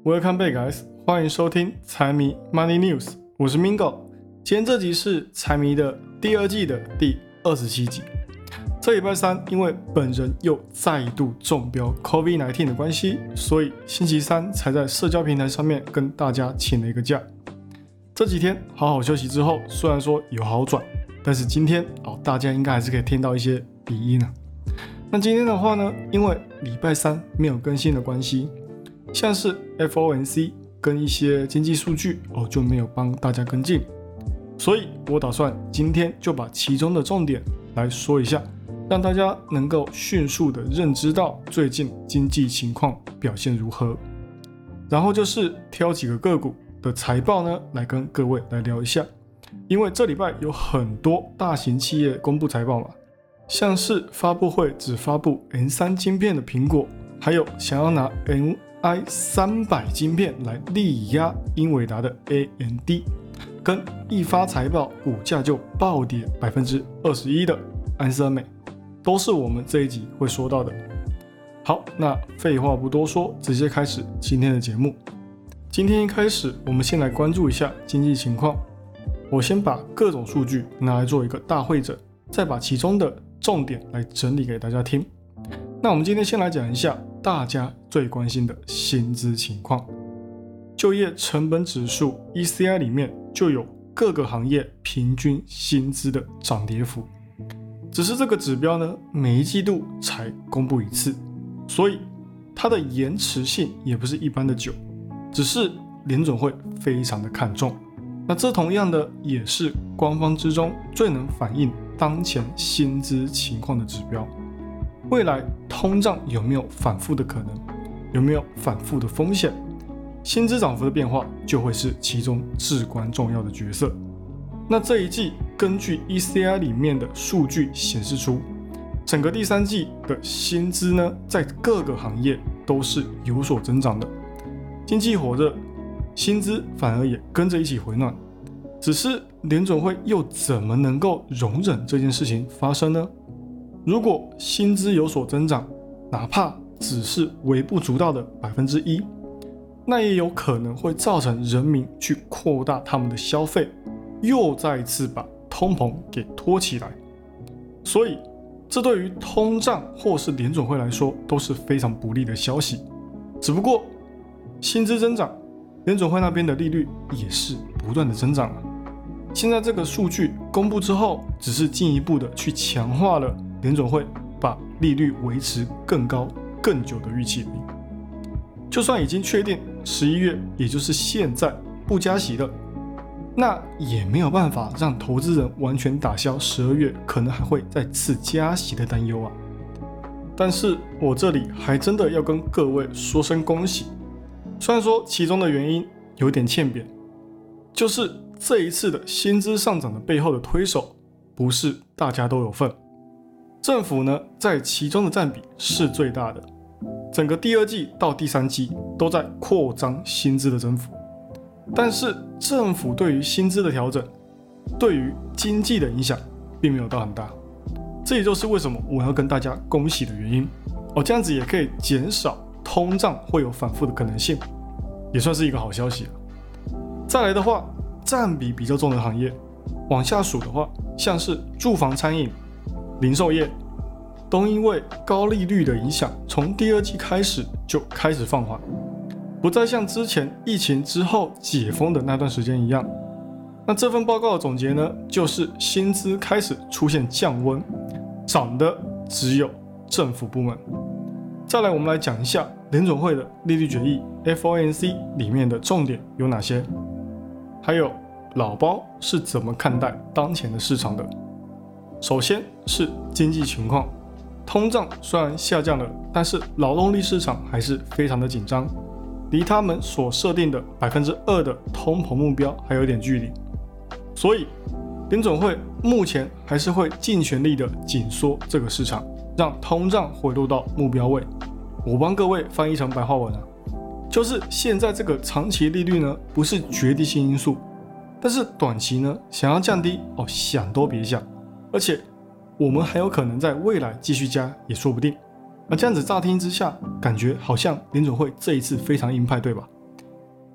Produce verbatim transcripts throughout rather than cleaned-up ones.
Welcome back, guys！ 欢迎收听财迷 Money News， 我是 Mingo。今天这集是财迷的第二季的第二十七集。这礼拜三，因为本人又再度中标 COVID 十九 的关系，所以星期三才在社交平台上面跟大家请了一个假。这几天好好休息之后，虽然说有好转，但是今天、哦、大家应该还是可以听到一些鼻音啊。那今天的话呢，因为礼拜三没有更新的关系，像是 F O M C 跟一些经济数据哦就没有帮大家跟进，所以我打算今天就把其中的重点来说一下，让大家能够迅速的认知到最近经济情况表现如何。然后就是挑几个个股的财报呢，来跟各位来聊一下，因为这礼拜有很多大型企业公布财报嘛，像是发布会只发布 M 三 晶片的苹果，还有想要拿 M I 三百 晶片来力压英伟达的 A M D， 跟一发财报股价就暴跌 百分之二十一 的安森美，都是我们这一集会说到的。好，那废话不多说，直接开始今天的节目。今天一开始，我们先来关注一下经济情况。我先把各种数据拿来做一个大汇整，再把其中的重点来整理给大家听。那我们今天先来讲一下大家最关心的薪资情况。就业成本指数 E C I 里面就有各个行业平均薪资的涨跌幅，只是这个指标呢，每一季度才公布一次，所以它的延迟性也不是一般的久，只是联准会非常的看重。那这同样的也是官方之中最能反映当前薪资情况的指标。未来通胀有没有反复的可能，有没有反复的风险，薪资涨幅的变化就会是其中至关重要的角色。那这一季根据 E C I 里面的数据显示出，整个第三季的薪资呢，在各个行业都是有所增长的。经济火热，薪资反而也跟着一起回暖。只是联准会又怎么能够容忍这件事情发生呢？如果薪资有所增长，哪怕只是微不足道的 百分之一， 那也有可能会造成人民去扩大他们的消费，又再一次把通膨给拖起来。所以这对于通胀或是联准会来说都是非常不利的消息。只不过薪资增长，联准会那边的利率也是不断的增长了。现在这个数据公布之后，只是进一步的去强化了联准会把利率维持更高更久的预期。就算已经确定十一月，也就是现在不加息了，那也没有办法让投资人完全打消十二月可能还会再次加息的担忧啊。但是我这里还真的要跟各位说声恭喜，虽然说其中的原因有点欠扁，就是这一次的薪资上涨的背后的推手不是大家都有份，政府呢在其中的占比是最大的，整个第二季到第三季都在扩张薪资的增幅，但是政府对于薪资的调整对于经济的影响并没有到很大，这也就是为什么我要跟大家恭喜的原因哦，这样子也可以减少通胀会有反复的可能性，也算是一个好消息了。再来的话，占比比较重的行业往下数的话，像是住房餐饮、零售业，都因为高利率的影响，从第二季开始就开始放缓，不再像之前疫情之后解封的那段时间一样。那这份报告的总结呢，就是薪资开始出现降温，涨的只有政府部门。再来我们来讲一下联准会的利率决议 F O M C 里面的重点有哪些，还有老包是怎么看待当前的市场的。首先是经济情况，通胀虽然下降了，但是劳动力市场还是非常的紧张，离他们所设定的 百分之二 的通膨目标还有点距离，所以联准会目前还是会尽全力的紧缩这个市场，让通胀回落到目标位。我帮各位翻译成白话文啊，就是现在这个长期利率呢，不是决定性因素，但是短期呢，想要降低哦，想都别想，而且我们还有可能在未来继续加也说不定。那这样子乍听之下，感觉好像联准会这一次非常鹰派，对吧？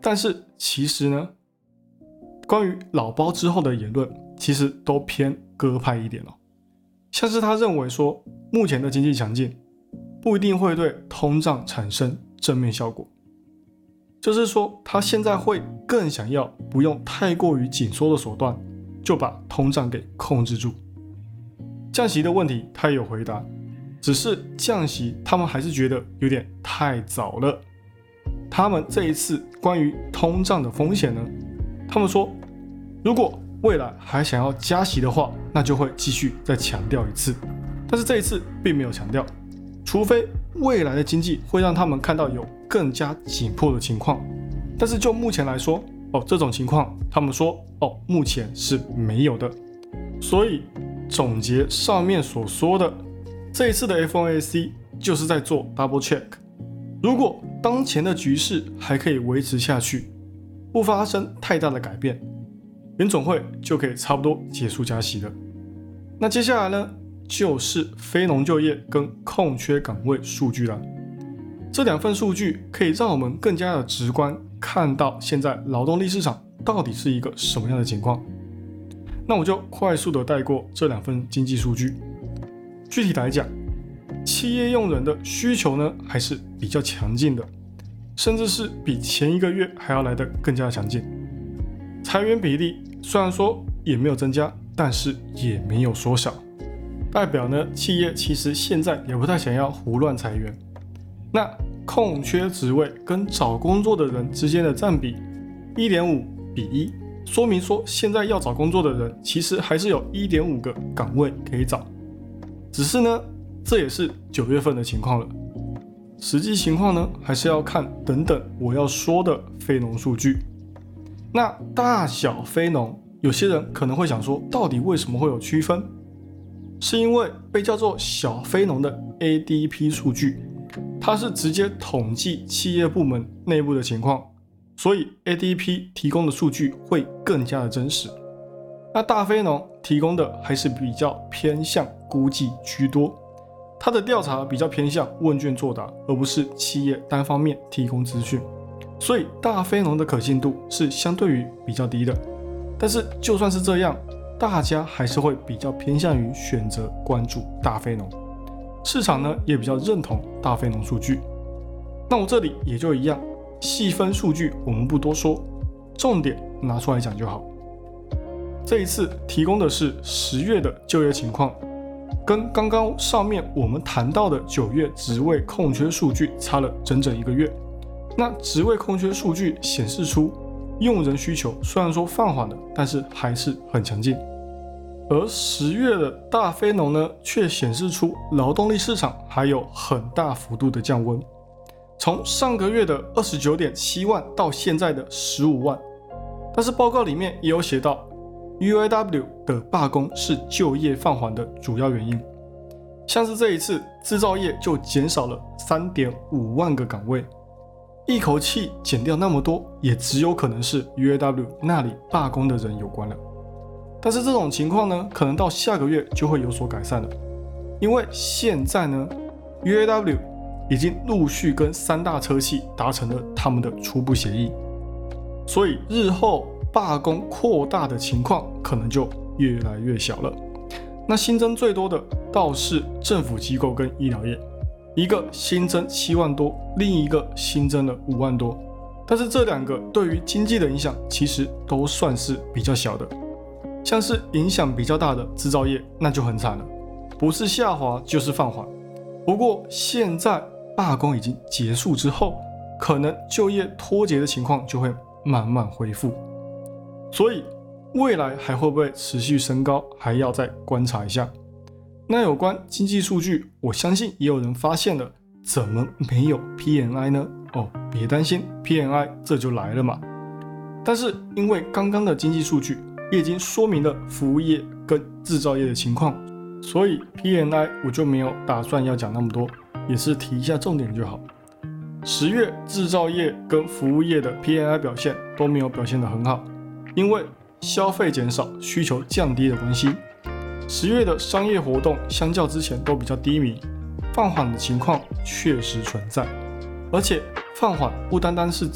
但是其实呢，关于老包之后的言论其实都偏鸽派一点哦。像是他认为说，目前的经济强劲不一定会对通胀产生正面效果，就是说他现在会更想要不用太过于紧缩的手段就把通胀给控制住。降息的问题他也有回答，只是降息他们还是觉得有点太早了。他们这一次关于通胀的风险呢，他们说如果未来还想要加息的话，那就会继续再强调一次，但是这一次并没有强调，除非未来的经济会让他们看到有更加紧迫的情况，但是就目前来说，哦，这种情况他们说哦，目前是没有的。所以总结上面所说的，这一次的 F O M C 就是在做 double check， 如果当前的局势还可以维持下去，不发生太大的改变，联总会就可以差不多结束加息了。那接下来呢，就是非农就业跟空缺岗位数据了。这两份数据可以让我们更加的直观看到现在劳动力市场到底是一个什么样的情况。那我就快速的带过这两份经济数据。具体来讲，企业用人的需求呢还是比较强劲的，甚至是比前一个月还要来得更加强劲。裁员比例虽然说也没有增加，但是也没有缩小，代表呢企业其实现在也不太想要胡乱裁员。那空缺职位跟找工作的人之间的占比 一点五比一，说明说现在要找工作的人其实还是有 一点五个岗位可以找，只是呢这也是九月份的情况了，实际情况呢还是要看等等我要说的非农数据。那大小非农，有些人可能会想说，到底为什么会有区分？是因为被叫做小非农的 A D P 数据，它是直接统计企业部门内部的情况，所以 A D P 提供的数据会更加的真实。那大非农提供的还是比较偏向估计居多，它的调查比较偏向问卷作答，而不是企业单方面提供资讯，所以大非农的可信度是相对于比较低的。但是就算是这样，大家还是会比较偏向于选择关注大非农，市场呢也比较认同大非农数据。那我这里也就一样，细分数据我们不多说，重点拿出来讲就好。这一次提供的是十月的就业情况，跟刚刚上面我们谈到的九月职位空缺数据差了整整一个月。那职位空缺数据显示出用人需求虽然说放缓了，但是还是很强劲。而十月的大非农呢，却显示出劳动力市场还有很大幅度的降温，从上个月的 二十九点七万到现在的十五万。但是报告里面也有写到 U A W 的罢工是就业放缓的主要原因，像是这一次制造业就减少了 三点五万个岗位，一口气减掉那么多，也只有可能是 U A W 那里罢工的人有关了。但是这种情况呢，可能到下个月就会有所改善了，因为现在呢 U A W 已经陆续跟三大车企达成了他们的初步协议，所以日后罢工扩大的情况可能就越来越小了。那新增最多的倒是政府机构跟医疗业，一个新增七万多，另一个新增了五万多，但是这两个对于经济的影响其实都算是比较小的。像是影响比较大的制造业，那就很惨了，不是下滑就是放缓。不过现在罢工已经结束之后，可能就业脱节的情况就会慢慢恢复，所以未来还会不会持续升高，还要再观察一下。那有关经济数据，我相信也有人发现了，怎么没有 P M I 呢？哦，别担心 ，P M I 这就来了嘛。但是因为刚刚的经济数据也已经说明了服务业跟制造业的情况，所以 P M I 我就没有打算要讲那么多，也是提一下重点就好。十月制造业跟服务业的 P M I 表现都没有表现得很好，因为消费减少、需求降低的关系。十月的商业活动相较之前都比较低迷，放缓的情况确实存在，而且放缓不单单是指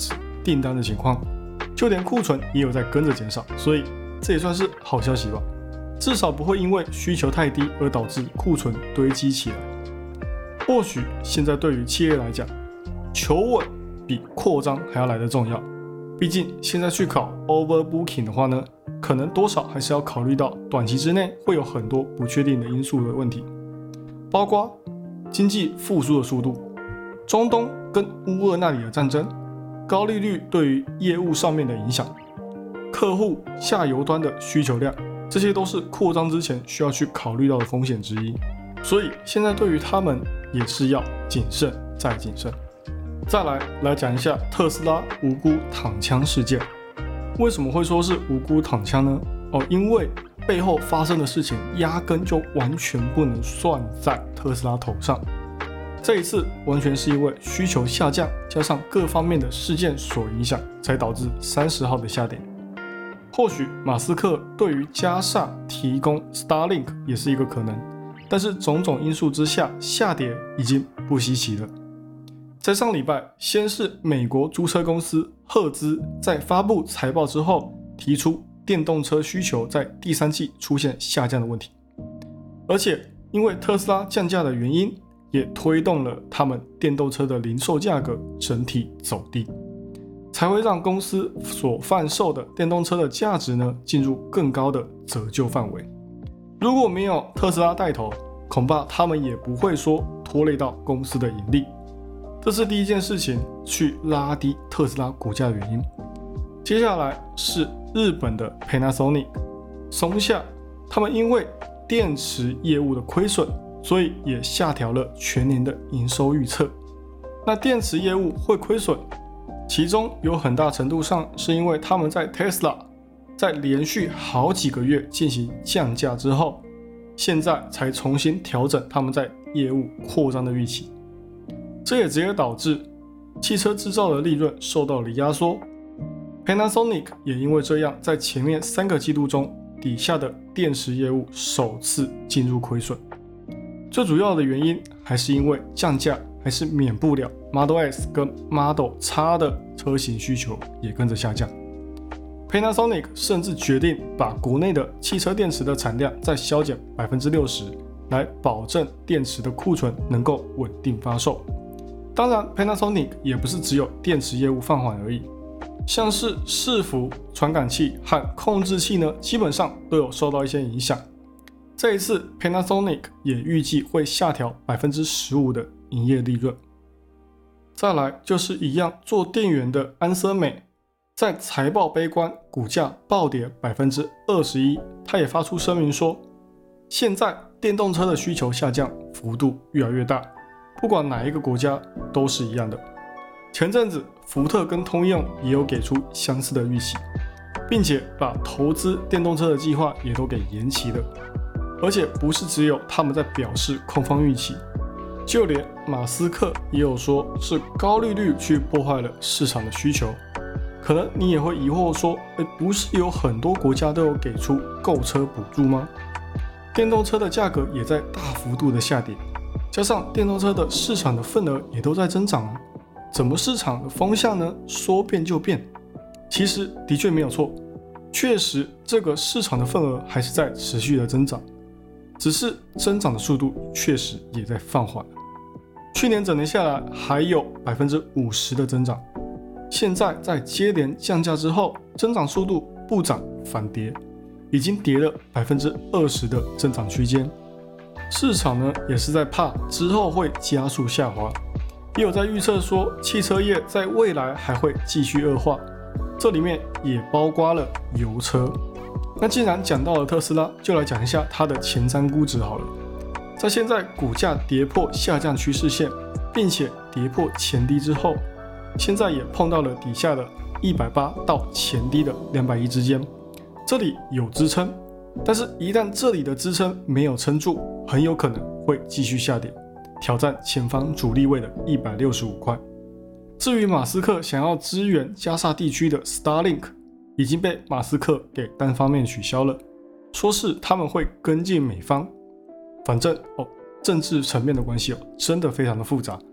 订单的情况，就连库存也有在跟着减少，所以这也算是好消息吧，至少不会因为需求太低而导致库存堆积起来。或许现在对于企业来讲，求稳比扩张还要来得重要，毕竟现在去考 overbooking 的话呢，可能多少还是要考虑到短期之内会有很多不确定的因素的问题，包括经济复苏的速度、中东跟乌俄那里的战争、高利率对于业务上面的影响、客户下游端的需求量，这些都是扩张之前需要去考虑到的风险之一。所以现在对于他们也是要谨慎再谨慎。再来来讲一下特斯拉无辜躺枪事件。为什么会说是无辜躺枪呢？哦，因为背后发生的事情压根就完全不能算在特斯拉头上。这一次完全是因为需求下降，加上各方面的事件所影响，才导致三十号的下跌。或许马斯克对于加萨提供 Starlink 也是一个可能，但是种种因素之下，下跌已经不稀奇了。在上礼拜，先是美国租车公司赫兹在发布财报之后，提出电动车需求在第三季出现下降的问题，而且因为特斯拉降价的原因，也推动了他们电动车的零售价格整体走低，才会让公司所贩售的电动车的价值呢进入更高的折旧范围。如果没有特斯拉带头，恐怕他们也不会说拖累到公司的盈利。这是第一件事情去拉低特斯拉股价的原因。接下来是日本的 Panasonic 松下，他们因为电池业务的亏损，所以也下调了全年的营收预测。那电池业务会亏损，其中有很大程度上是因为他们在 Tesla 在连续好几个月进行降价之后，现在才重新调整他们在业务扩张的预期。这也直接导致汽车制造的利润受到了压缩。Panasonic 也因为这样，在前面三个季度中，底下的电池业务首次进入亏损。最主要的原因还是因为降价，还是免不了 Model S 跟 Model X 的车型需求也跟着下降。Panasonic 甚至决定把国内的汽车电池的产量再削减 百分之六十， 来保证电池的库存能够稳定发售。当然 Panasonic 也不是只有电池业务放缓而已，像是伺服、传感器和控制器呢，基本上都有受到一些影响。这一次 Panasonic 也预计会下调 百分之十五 的营业利润。再来就是一样做电源的安森美，在财报悲观，股价暴跌 百分之二十一， 他也发出声明说，现在电动车的需求下降幅度越来越大，不管哪一个国家都是一样的。前阵子福特跟通用也有给出相似的预期，并且把投资电动车的计划也都给延期了。而且不是只有他们在表示空方预期，就连马斯克也有说是高利率去破坏了市场的需求。可能你也会疑惑说，诶，不是有很多国家都有给出购车补助吗？电动车的价格也在大幅度的下跌，加上电动车的市场的份额也都在增长啊，怎么市场的风向呢说变就变？其实的确没有错，确实这个市场的份额还是在持续的增长，只是增长的速度确实也在放缓了。去年整年下来还有 百分之五十 的增长，现在在接连降价之后，增长速度不涨反跌，已经跌了 百分之二十 的增长区间。市场呢也是在怕之后会加速下滑，也有在预测说汽车业在未来还会继续恶化，这里面也包括了油车。那既然讲到了特斯拉，就来讲一下它的前瞻估值好了。在现在股价跌破下降趋势线，并且跌破前低之后，现在也碰到了底下的一百八到前低的两百一之间，这里有支撑，但是一旦这里的支撑没有撑住，很有可能会继续下跌，挑战前方阻力位的一百六十五块。至于马斯克想要支援加沙地区的 Starlink， 已经被马斯克给单方面取消了，说是他们会跟进美方。反正哦，政治层面的关系哦，真的非常的复杂，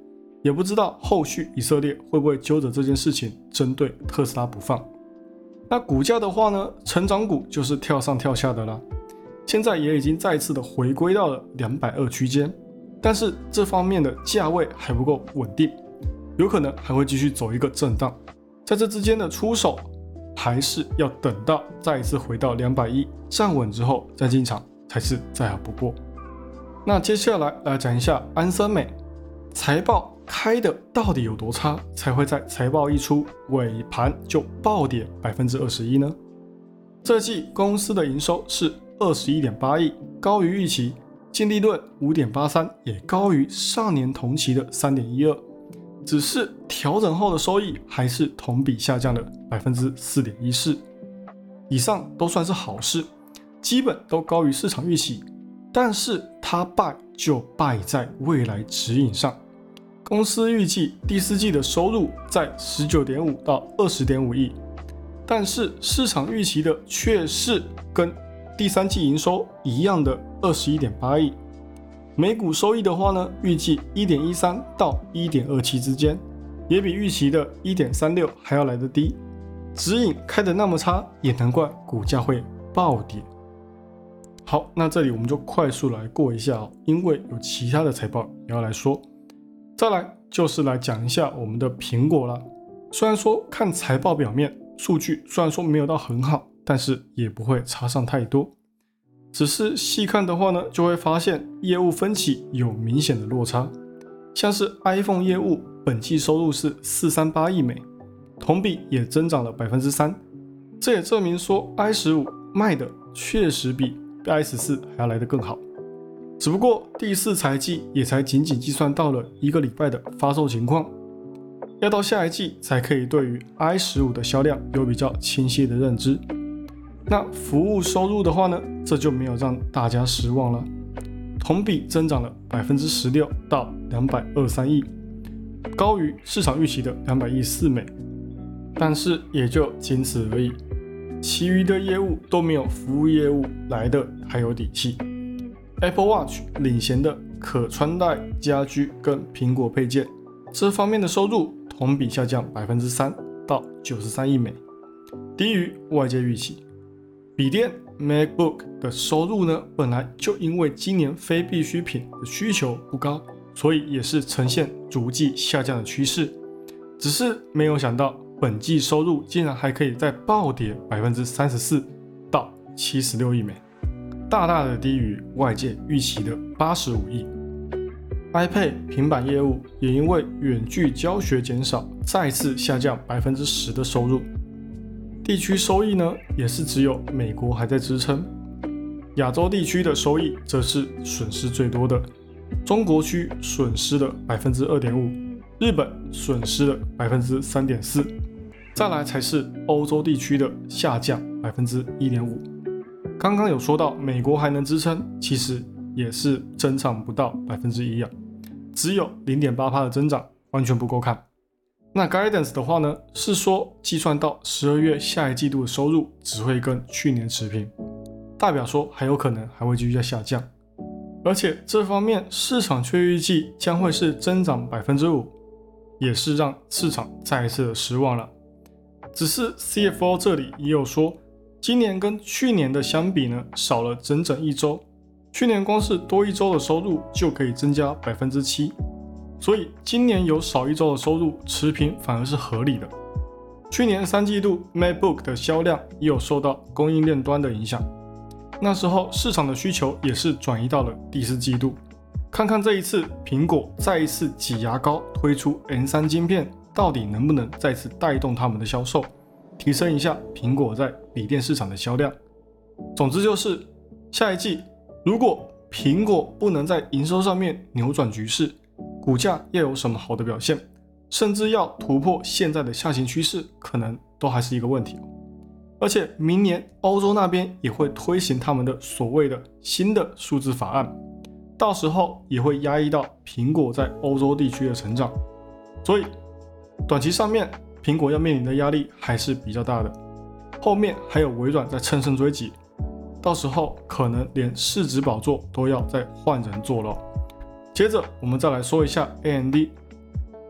也不知道后续以色列会不会揪着这件事情针对特斯拉不放。那股价的话呢，成长股就是跳上跳下的啦，现在也已经再次的回归到了两百二十区间，但是这方面的价位还不够稳定，有可能还会继续走一个震荡，在这之间的出手还是要等到再一次回到两百一站稳之后再进场才是再好不过。那接下来来讲一下安森美财报开的到底有多差，才会在财报一出尾盘就暴跌 百分之二十一 呢？这季公司的营收是 二十一点八亿，高于预期，净利润 五点八三，也高于上年同期的 三点一二， 只是调整后的收益还是同比下降了 百分之四点一四。 以上都算是好事，基本都高于市场预期，但是它败就败在未来指引上。公司预计第四季的收入在 十九点五到二十点五亿，但是市场预期的却是跟第三季营收一样的 二十一点八亿。每股收益的话呢，预计 一点一三到一点二七之间，也比预期的 一点三六还要来得低。指引开得那么差，也难怪股价会暴跌。好，那这里我们就快速来过一下哦，因为有其他的财报也要来说。再来就是来讲一下我们的苹果啦。虽然说看财报表面数据虽然说没有到很好，但是也不会差上太多。只是细看的话呢，就会发现业务分歧有明显的落差。像是 iPhone 业务本季收入是四百三十八亿美，同比也增长了 百分之三， 这也证明说 i 十五 卖的确实比 i 十四 还要来得更好。只不过第四财季也才仅仅计算到了一个礼拜的发售情况，要到下一季才可以对于 i 十五 的销量有比较清晰的认知。那服务收入的话呢，这就没有让大家失望了，同比增长了 百分之十六 到两百二十三亿，高于市场预期的两百一十四美，但是也就仅此而已，其余的业务都没有服务业务来的还有底气。Apple Watch 领衔的可穿戴家居跟苹果配件这方面的收入同比下降 百分之三 到九十三亿美，低于外界预期。笔电 MacBook 的收入呢，本来就因为今年非必需品的需求不高，所以也是呈现逐季下降的趋势。只是没有想到本季收入竟然还可以再暴跌 百分之三十四 到七十六亿美，大大的低于外界预期的八十五亿。iPad 平板业务也因为远距教学减少，再次下降 百分之十 的收入。地区收益呢，也是只有美国还在支撑，亚洲地区的收益则是损失最多的，中国区损失了 百分之二点五， 日本损失了 百分之三点四， 再来才是欧洲地区的下降 百分之一点五。刚刚有说到美国还能支撑，其实也是增长不到 百分之一 啊，只有 零点八% 的增长，完全不够看。那 guidance 的话呢，是说计算到十二月下一季度的收入只会跟去年持平，代表说还有可能还会继续在下降，而且这方面市场却预计将会是增长 百分之五， 也是让市场再一次的失望了。只是 C F O 这里也有说，今年跟去年的相比呢，少了整整一周，去年光是多一周的收入就可以增加 百分之七，所以今年有少一周的收入持平反而是合理的。去年三季度 MacBook 的销量也有受到供应链端的影响，那时候市场的需求也是转移到了第四季度。看看这一次苹果再一次挤牙膏推出 M 三 晶片，到底能不能再次带动他们的销售，提升一下苹果在笔电市场的销量。总之就是下一季如果苹果不能在营收上面扭转局势，股价要有什么好的表现，甚至要突破现在的下行趋势，可能都还是一个问题。而且明年欧洲那边也会推行他们的所谓的新的数字法案，到时候也会压抑到苹果在欧洲地区的成长，所以短期上面苹果要面临的压力还是比较大的。后面还有微软在乘胜追击，到时候可能连市值宝座都要再换人做了。接着我们再来说一下 A M D，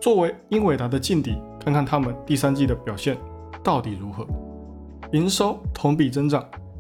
作为英伟达的劲敌，看看他们第三季的表现到底如何。营收同比增长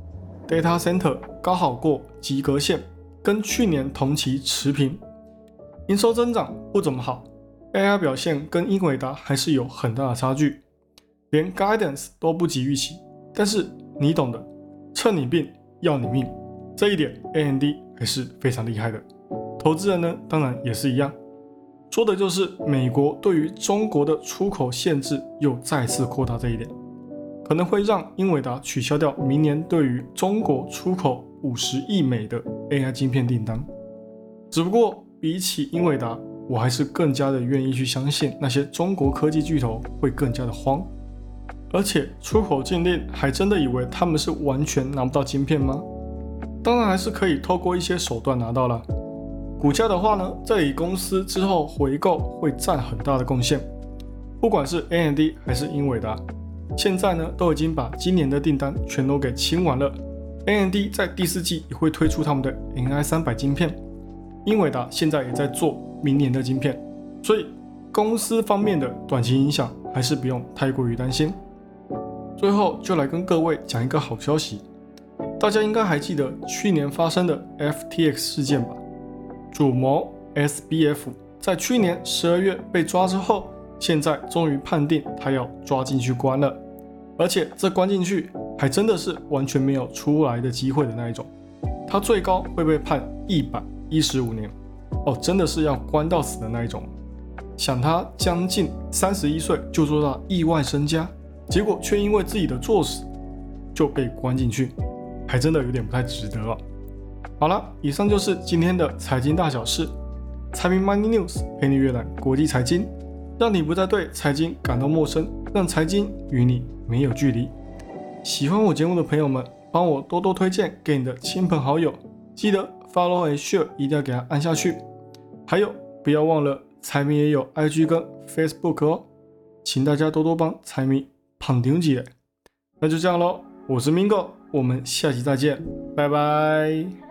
，Data Center 刚好过及格线，跟去年同期持平。营收增长不怎么好 ，A I 表现跟英伟达还是有很大的差距，连 Guidance 都不及预期。但是你懂的，趁你病要你命，这一点 A M D 还是非常厉害的。投资人呢，当然也是一样。说的就是美国对于中国的出口限制又再次扩大这一点，可能会让英伟达取消掉明年对于中国出口五十亿美的 A I 晶片订单。只不过比起英伟达，我还是更加的愿意去相信那些中国科技巨头会更加的慌。而且出口禁令还真的以为他们是完全拿不到晶片吗？当然还是可以透过一些手段拿到啦。股价的话呢，这里公司之后回购会占很大的贡献，不管是 A M D 还是英伟达，现在呢都已经把今年的订单全都给清完了。A M D 在第四季也会推出他们的 N I 三百晶片，英伟达现在也在做明年的晶片，所以公司方面的短期影响还是不用太过于担心。最后就来跟各位讲一个好消息，大家应该还记得去年发生的 F T X 事件吧？主谋 S B F 在去年十二月被抓之后，现在终于判定他要抓进去关了，而且这关进去还真的是完全没有出来的机会的那一种，他最高会被判一百一十五年，哦，真的是要关到死的那一种。想他将近三十一岁就做到亿万身家，结果却因为自己的作死就被关进去，还真的有点不太值得哦。好了，以上就是今天的财经大小事，财迷 Money News 陪你阅览国际财经，让你不再对财经感到陌生，让财经与你没有距离。喜欢我节目的朋友们，帮我多多推荐给你的亲朋好友，记得 follow and share 一定要给它按下去。还有，不要忘了财迷也有 I G 跟 Facebook 哦，请大家多多帮财迷捧场起来。那就这样咯，我是 Mingo，我们下期再见，拜拜。